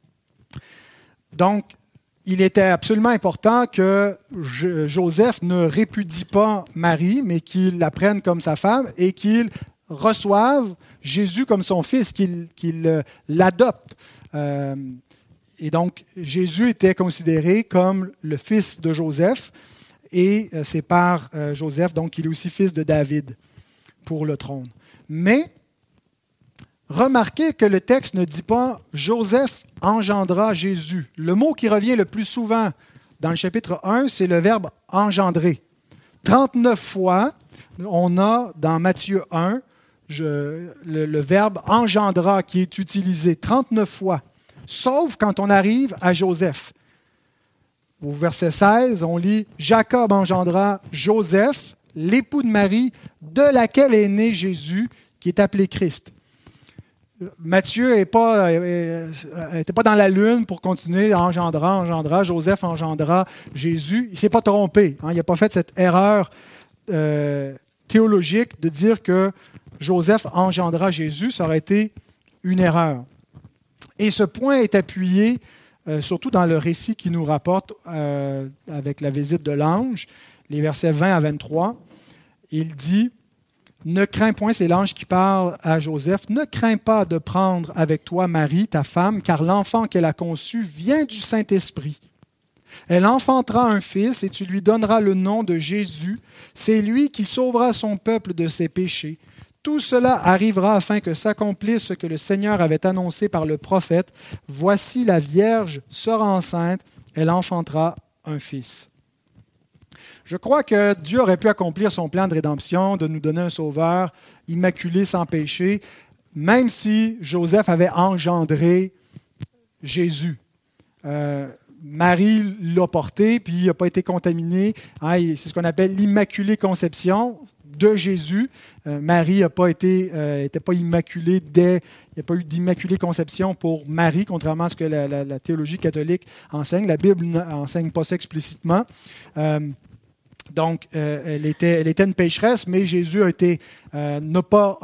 Donc, il était absolument important que Joseph ne répudie pas Marie, mais qu'il la prenne comme sa femme et qu'il reçoive Jésus comme son fils, qu'il l'adopte. Et donc, Jésus était considéré comme le fils de Joseph, et c'est par Joseph, donc il est aussi fils de David pour le trône. Mais remarquez que le texte ne dit pas « Joseph engendra Jésus ». Le mot qui revient le plus souvent dans le chapitre 1, c'est le verbe « engendrer ». 39 fois, on a dans Matthieu 1 le verbe « engendra » qui est utilisé 39 fois, sauf quand on arrive à Joseph. Au verset 16, on lit « Jacob engendra Joseph, l'époux de Marie, de laquelle est né Jésus, qui est appelé Christ ». Matthieu n'était pas dans la lune pour continuer « engendra », Joseph engendra Jésus. Il ne s'est pas trompé. Il n'a pas fait cette erreur théologique de dire que Joseph engendra Jésus. Ça aurait été une erreur. Et ce point est appuyé surtout dans le récit qu'il nous rapporte avec la visite de l'ange, les versets 20 à 23. Il dit « Ne crains point », c'est l'ange qui parle à Joseph, « ne crains pas de prendre avec toi Marie, ta femme, car l'enfant qu'elle a conçu vient du Saint-Esprit. Elle enfantera un fils et tu lui donneras le nom de Jésus. C'est lui qui sauvera son peuple de ses péchés. Tout cela arrivera afin que s'accomplisse ce que le Seigneur avait annoncé par le prophète. Voici la Vierge sera enceinte, elle enfantera un fils. » Je crois que Dieu aurait pu accomplir son plan de rédemption, de nous donner un sauveur immaculé sans péché, même si Joseph avait engendré Jésus. Marie l'a porté, puis il n'a pas été contaminé. C'est ce qu'on appelle l'immaculée conception de Jésus. Marie n'était pas immaculée il n'y a pas eu d'immaculée conception pour Marie, contrairement à ce que la théologie catholique enseigne. La Bible n'enseigne pas ça explicitement. Donc, elle était une pécheresse, mais Jésus n'a pas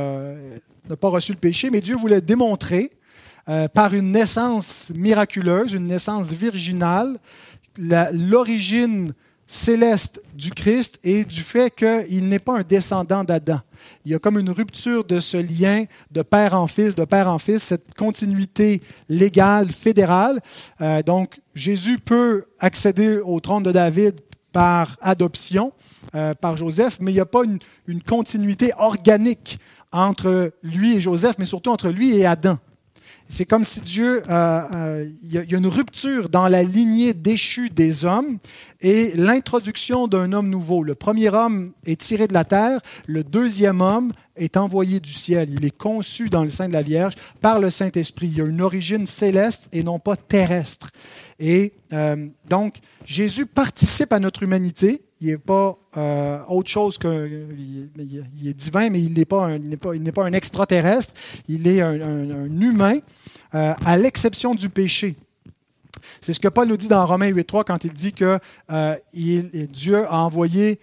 reçu le péché, mais Dieu voulait démontrer par une naissance miraculeuse, une naissance virginale, l'origine céleste du Christ et du fait qu'il n'est pas un descendant d'Adam. Il y a comme une rupture de ce lien de père en fils, cette continuité légale, fédérale. Donc, Jésus peut accéder au trône de David par adoption, par Joseph, mais il n'y a pas une continuité organique entre lui et Joseph, mais surtout entre lui et Adam. C'est comme si Dieu, il y a une rupture dans la lignée déchue des hommes et l'introduction d'un homme nouveau. Le premier homme est tiré de la terre, le deuxième homme est envoyé du ciel. Il est conçu dans le sein de la Vierge par le Saint-Esprit. Il a une origine céleste et non pas terrestre. Et donc, Jésus participe à notre humanité. Il n'est pas autre chose il est divin, mais il n'est pas un extraterrestre. Il est un humain, à l'exception du péché. C'est ce que Paul nous dit dans Romains 8.3 quand il dit que Dieu a envoyé,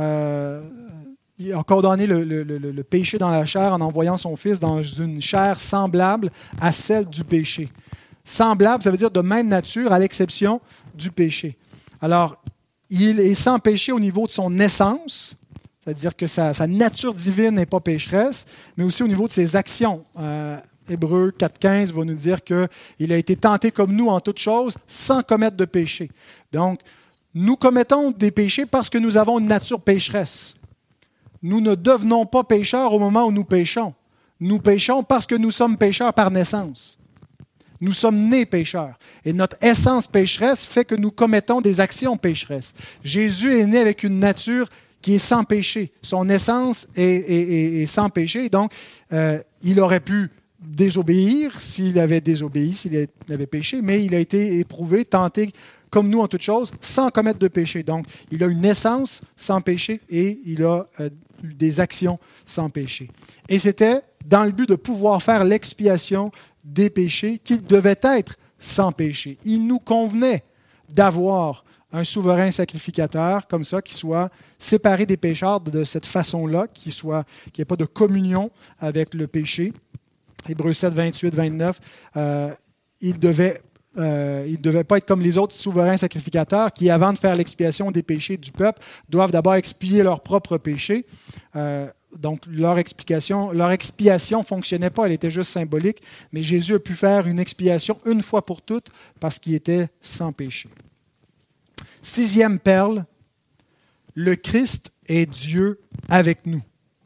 il a condamné le péché dans la chair en envoyant son Fils dans une chair semblable à celle du péché. Semblable, ça veut dire de même nature, à l'exception du péché. Alors, il est sans péché au niveau de son essence, c'est-à-dire que sa nature divine n'est pas pécheresse, mais aussi au niveau de ses actions. Hébreux 4.15 va nous dire qu'il a été tenté comme nous en toutes choses, sans commettre de péché. Donc, nous commettons des péchés parce que nous avons une nature pécheresse. Nous ne devenons pas pécheurs au moment où nous péchons. Nous péchons parce que nous sommes pécheurs par naissance. Nous sommes nés pécheurs. Et notre essence pécheresse fait que nous commettons des actions pécheresses. Jésus est né avec une nature qui est sans péché. Son essence est sans péché. Donc, il aurait pu désobéir s'il avait désobéi, s'il avait péché, mais il a été éprouvé, tenté comme nous en toutes choses, sans commettre de péché. Donc, il a une essence sans péché et il a des actions sans péché. Et c'était dans le but de pouvoir faire l'expiation des péchés qu'il devait être sans péché. Il nous convenait d'avoir un souverain sacrificateur comme ça, qui soit séparé des pécheurs de cette façon-là, qu'il n'y ait pas de communion avec le péché. Hébreux 7, 28, 29, il ne devait pas être comme les autres souverains sacrificateurs qui, avant de faire l'expiation des péchés du peuple, doivent d'abord expier leurs propres péchés. Donc, leur expiation ne fonctionnait pas, elle était juste symbolique, mais Jésus a pu faire une expiation une fois pour toutes parce qu'il était sans péché. 6e perle, le Christ est Dieu avec nous.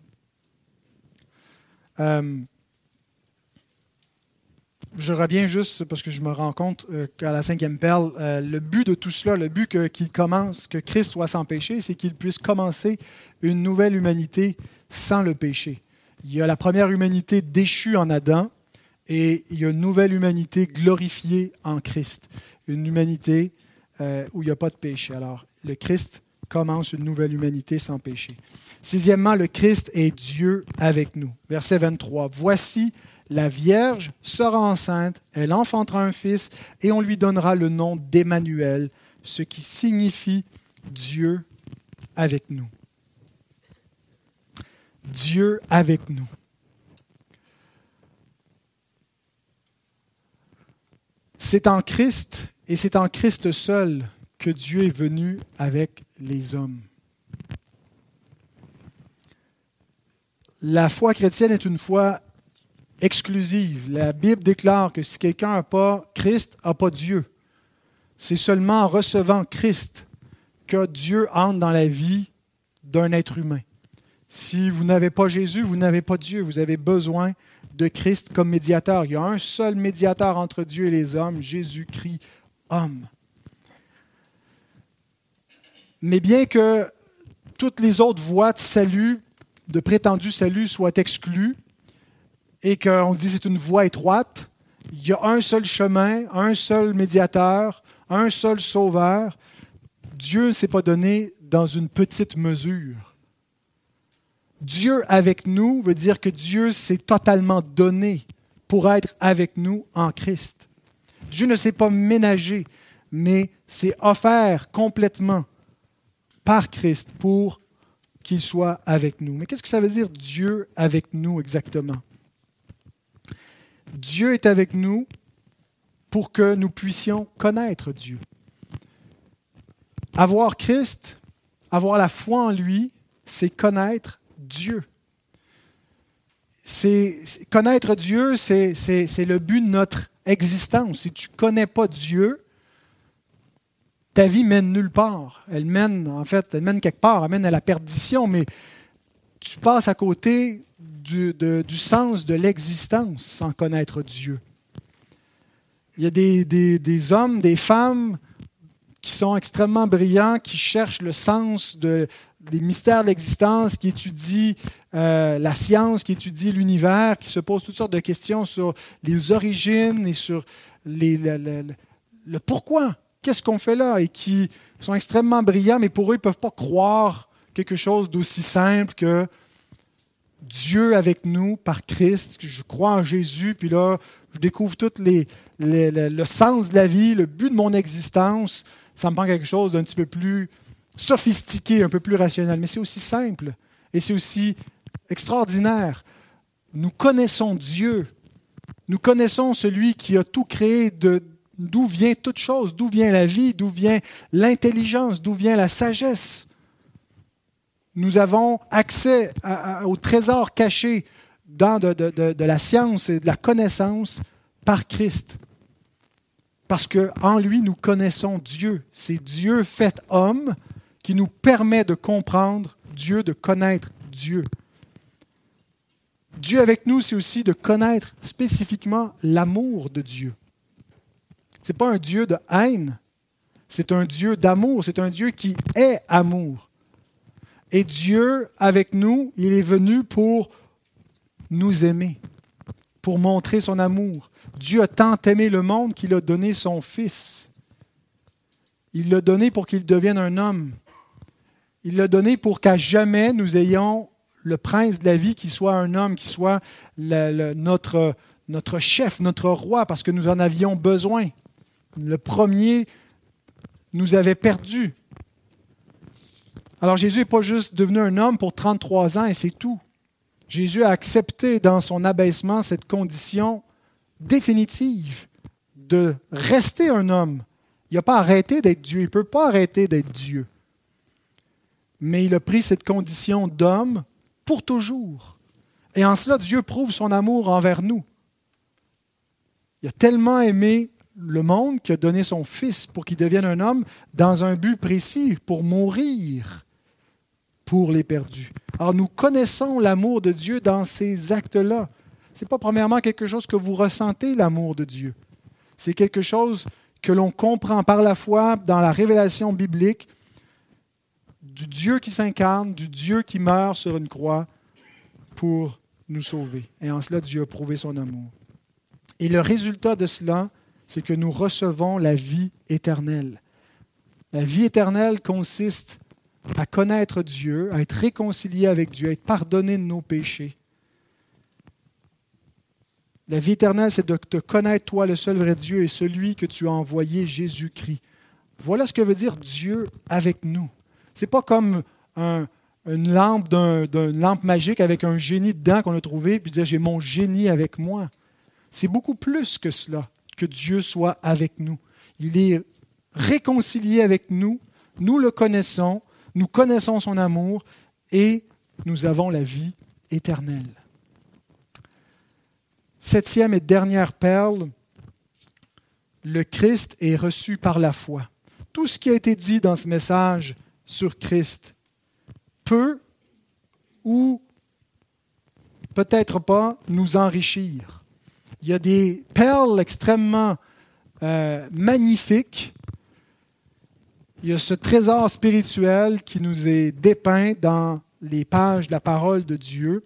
Je reviens juste parce que je me rends compte qu'à la 5e perle, le but de tout cela, le but que Christ soit sans péché, c'est qu'il puisse commencer une nouvelle humanité sans le péché. Il y a la première humanité déchue en Adam et il y a une nouvelle humanité glorifiée en Christ. Une humanité où il n'y a pas de péché. Alors, le Christ commence une nouvelle humanité sans péché. 6e, le Christ est Dieu avec nous. Verset 23. Voici, la Vierge sera enceinte, elle enfantera un fils et on lui donnera le nom d'Emmanuel, ce qui signifie Dieu avec nous. Dieu avec nous. C'est en Christ et c'est en Christ seul que Dieu est venu avec les hommes. La foi chrétienne est une foi exclusive. La Bible déclare que si quelqu'un n'a pas Christ, n'a pas Dieu. C'est seulement en recevant Christ que Dieu entre dans la vie d'un être humain. Si vous n'avez pas Jésus, vous n'avez pas Dieu. Vous avez besoin de Christ comme médiateur. Il y a un seul médiateur entre Dieu et les hommes, Jésus-Christ, homme. Mais bien que toutes les autres voies de salut, de prétendu salut, soient exclues, et qu'on dit que c'est une voie étroite, il y a un seul chemin, un seul médiateur, un seul sauveur. Dieu ne s'est pas donné dans une petite mesure. Dieu avec nous veut dire que Dieu s'est totalement donné pour être avec nous en Christ. Dieu ne s'est pas ménagé, mais s'est offert complètement par Christ pour qu'il soit avec nous. Mais qu'est-ce que ça veut dire Dieu avec nous exactement? Dieu est avec nous pour que nous puissions connaître Dieu. Avoir Christ, avoir la foi en lui, c'est connaître Dieu. Connaître Dieu, c'est le but de notre existence. Si tu ne connais pas Dieu, ta vie mène nulle part. Elle mène quelque part, elle mène à la perdition, mais tu passes à côté du sens de l'existence sans connaître Dieu. Il y a des hommes, des femmes qui sont extrêmement brillants, qui cherchent le sens des mystères de l'existence, qui étudient la science, qui étudient l'univers, qui se posent toutes sortes de questions sur les origines et sur le pourquoi. Qu'est-ce qu'on fait là? Et qui sont extrêmement brillants, mais pour eux, ils ne peuvent pas croire quelque chose d'aussi simple que Dieu avec nous par Christ, que je crois en Jésus, puis là, je découvre tout le sens de la vie, le but de mon existence. Ça me prend quelque chose d'un petit peu plus sophistiqué, un peu plus rationnel. Mais c'est aussi simple et c'est aussi extraordinaire. Nous connaissons Dieu. Nous connaissons celui qui a tout créé, d'où vient toute chose, d'où vient la vie, d'où vient l'intelligence, d'où vient la sagesse. Nous avons accès au trésor caché de la science et de la connaissance par Christ. Parce qu'en lui, nous connaissons Dieu. C'est Dieu fait homme qui nous permet de comprendre Dieu, de connaître Dieu. Dieu avec nous, c'est aussi de connaître spécifiquement l'amour de Dieu. Ce n'est pas un Dieu de haine, c'est un Dieu d'amour, c'est un Dieu qui est amour. Et Dieu, avec nous, il est venu pour nous aimer, pour montrer son amour. Dieu a tant aimé le monde qu'il a donné son Fils. Il l'a donné pour qu'il devienne un homme. Il l'a donné pour qu'à jamais nous ayons le prince de la vie qui soit un homme, qui soit notre chef, notre roi, parce que nous en avions besoin. Le premier nous avait perdus. Alors Jésus n'est pas juste devenu un homme pour 33 ans et c'est tout. Jésus a accepté dans son abaissement cette condition définitive de rester un homme. Il n'a pas arrêté d'être Dieu, il ne peut pas arrêter d'être Dieu. Mais il a pris cette condition d'homme pour toujours. Et en cela, Dieu prouve son amour envers nous. Il a tellement aimé le monde qu'il a donné son Fils pour qu'il devienne un homme dans un but précis, pour mourir pour les perdus. Alors nous connaissons l'amour de Dieu dans ces actes-là. Ce n'est pas premièrement quelque chose que vous ressentez, l'amour de Dieu. C'est quelque chose que l'on comprend par la foi dans la révélation biblique du Dieu qui s'incarne, du Dieu qui meurt sur une croix pour nous sauver. Et en cela, Dieu a prouvé son amour. Et le résultat de cela, c'est que nous recevons la vie éternelle. La vie éternelle consiste à connaître Dieu, à être réconcilié avec Dieu, à être pardonné de nos péchés. La vie éternelle, c'est de te connaître, toi, le seul vrai Dieu, et celui que tu as envoyé, Jésus-Christ. Voilà ce que veut dire Dieu avec nous. Ce n'est pas comme une lampe magique avec un génie dedans qu'on a trouvé, puis dire « j'ai mon génie avec moi ». C'est beaucoup plus que cela, que Dieu soit avec nous. Il est réconcilié avec nous, nous le connaissons, nous connaissons son amour et nous avons la vie éternelle. Septième et dernière perle, le Christ est reçu par la foi. Tout ce qui a été dit dans ce message sur Christ peut ou peut-être pas nous enrichir. Il y a des perles extrêmement magnifiques. Il y a ce trésor spirituel qui nous est dépeint dans les pages de la parole de Dieu.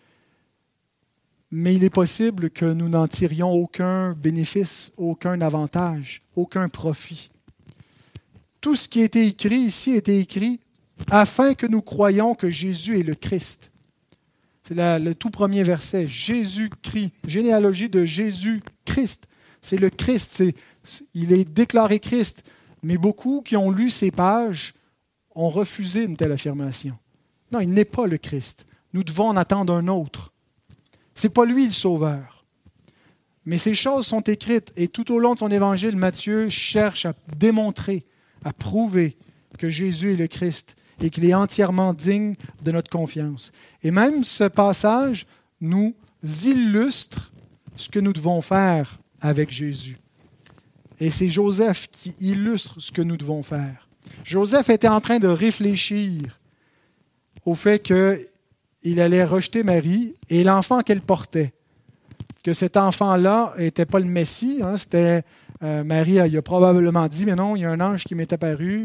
Mais il est possible que nous n'en tirions aucun bénéfice, aucun avantage, aucun profit. Tout ce qui a été écrit ici a été écrit afin que nous croyions que Jésus est le Christ. C'est le tout premier verset, Jésus-Christ, généalogie de Jésus-Christ. C'est le Christ, il est déclaré Christ. Mais beaucoup qui ont lu ces pages ont refusé une telle affirmation. Non, il n'est pas le Christ. Nous devons en attendre un autre. Ce n'est pas lui le sauveur. Mais ces choses sont écrites et tout au long de son évangile, Matthieu cherche à démontrer, à prouver que Jésus est le Christ et qu'il est entièrement digne de notre confiance. Et même ce passage nous illustrent ce que nous devons faire avec Jésus. Et c'est Joseph qui illustre ce que nous devons faire. Joseph était en train de réfléchir au fait qu'il allait rejeter Marie et l'enfant qu'elle portait. Que cet enfant-là n'était pas le Messie. C'était Marie, il a probablement dit, mais non, il y a un ange qui m'est apparu.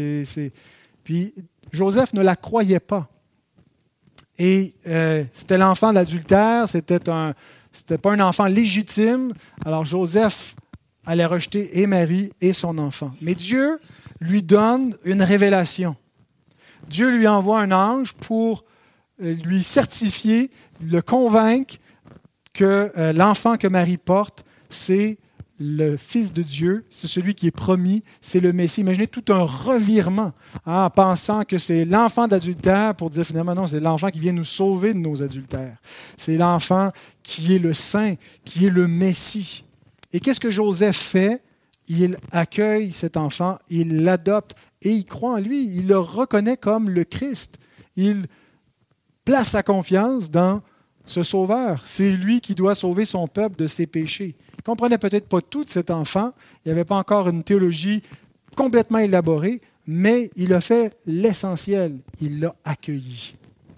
Puis Joseph ne la croyait pas. Et c'était l'enfant d'adultère, c'était pas un enfant légitime. Alors Joseph allait rejeter et Marie et son enfant. Mais Dieu lui donne une révélation. Dieu lui envoie un ange pour lui certifier, le convaincre que l'enfant que Marie porte, c'est le Fils de Dieu, c'est celui qui est promis, c'est le Messie. Imaginez tout un revirement en pensant que c'est l'enfant d'adultère pour dire finalement non, c'est l'enfant qui vient nous sauver de nos adultères. C'est l'enfant qui est le Saint, qui est le Messie. Et qu'est-ce que Joseph fait? Il accueille cet enfant, il l'adopte et il croit en lui. Il le reconnaît comme le Christ. Il place sa confiance dans ce Sauveur. C'est lui qui doit sauver son peuple de ses péchés. Il ne comprenait peut-être pas tout de cet enfant. Il n'y avait pas encore une théologie complètement élaborée, mais il a fait l'essentiel. Il l'a accueilli.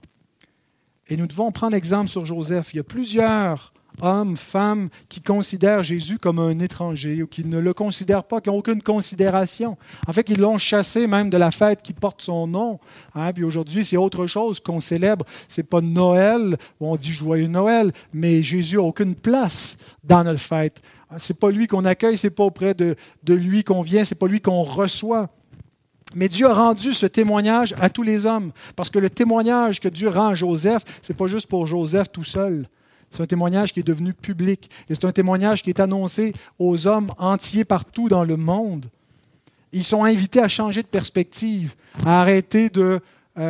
Et nous devons prendre exemple sur Joseph. Il y a plusieurs hommes, femmes qui considèrent Jésus comme un étranger ou qui ne le considèrent pas, qui n'ont aucune considération. En fait, ils l'ont chassé même de la fête qui porte son nom. Puis aujourd'hui, c'est autre chose qu'on célèbre. Ce n'est pas Noël, où on dit Joyeux Noël, mais Jésus n'a aucune place dans notre fête. Ce n'est pas lui qu'on accueille, ce n'est pas auprès de lui qu'on vient, ce n'est pas lui qu'on reçoit. Mais Dieu a rendu ce témoignage à tous les hommes, parce que le témoignage que Dieu rend à Joseph, ce n'est pas juste pour Joseph tout seul. C'est un témoignage qui est devenu public. Et c'est un témoignage qui est annoncé aux hommes entiers partout dans le monde. Ils sont invités à changer de perspective, à arrêter de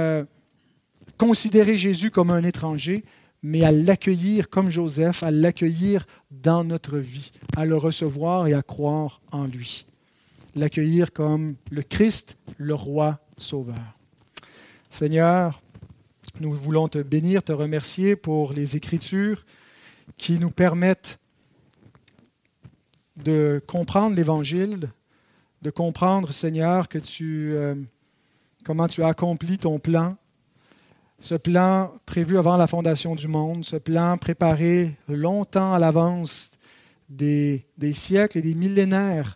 considérer Jésus comme un étranger, mais à l'accueillir comme Joseph, à l'accueillir dans notre vie, à le recevoir et à croire en lui. L'accueillir comme le Christ, le roi sauveur. Seigneur, nous voulons te bénir, te remercier pour les Écritures qui nous permettent de comprendre l'Évangile, de comprendre, Seigneur, que comment tu as accompli ton plan, ce plan prévu avant la fondation du monde, ce plan préparé longtemps à l'avance des siècles et des millénaires,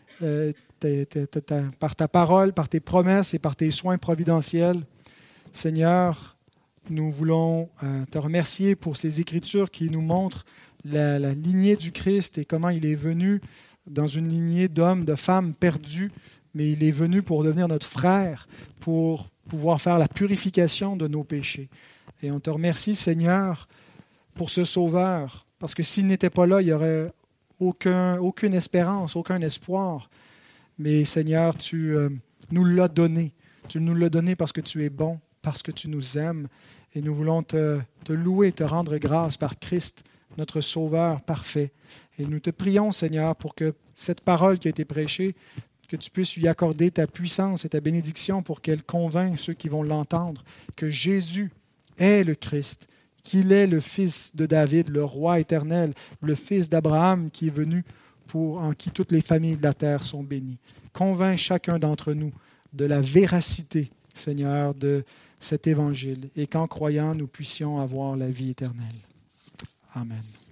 par ta parole, par tes promesses et par tes soins providentiels. Seigneur, nous voulons te remercier pour ces Écritures qui nous montrent la lignée du Christ et comment il est venu dans une lignée d'hommes, de femmes perdus, mais il est venu pour devenir notre frère, pour pouvoir faire la purification de nos péchés. Et on te remercie, Seigneur, pour ce Sauveur, parce que s'il n'était pas là, il n'y aurait aucune espérance, aucun espoir. Mais Seigneur, tu nous l'as donné. Tu nous l'as donné parce que tu es bon, parce que tu nous aimes. Et nous voulons te louer, te rendre grâce par Christ, notre Sauveur parfait. Et nous te prions, Seigneur, pour que cette parole qui a été prêchée, que tu puisses lui accorder ta puissance et ta bénédiction pour qu'elle convainque ceux qui vont l'entendre que Jésus est le Christ, qu'il est le Fils de David, le Roi éternel, le Fils d'Abraham qui est venu en qui toutes les familles de la terre sont bénies. Convainc chacun d'entre nous de la véracité, Seigneur, de cet évangile et qu'en croyant, nous puissions avoir la vie éternelle. Amen.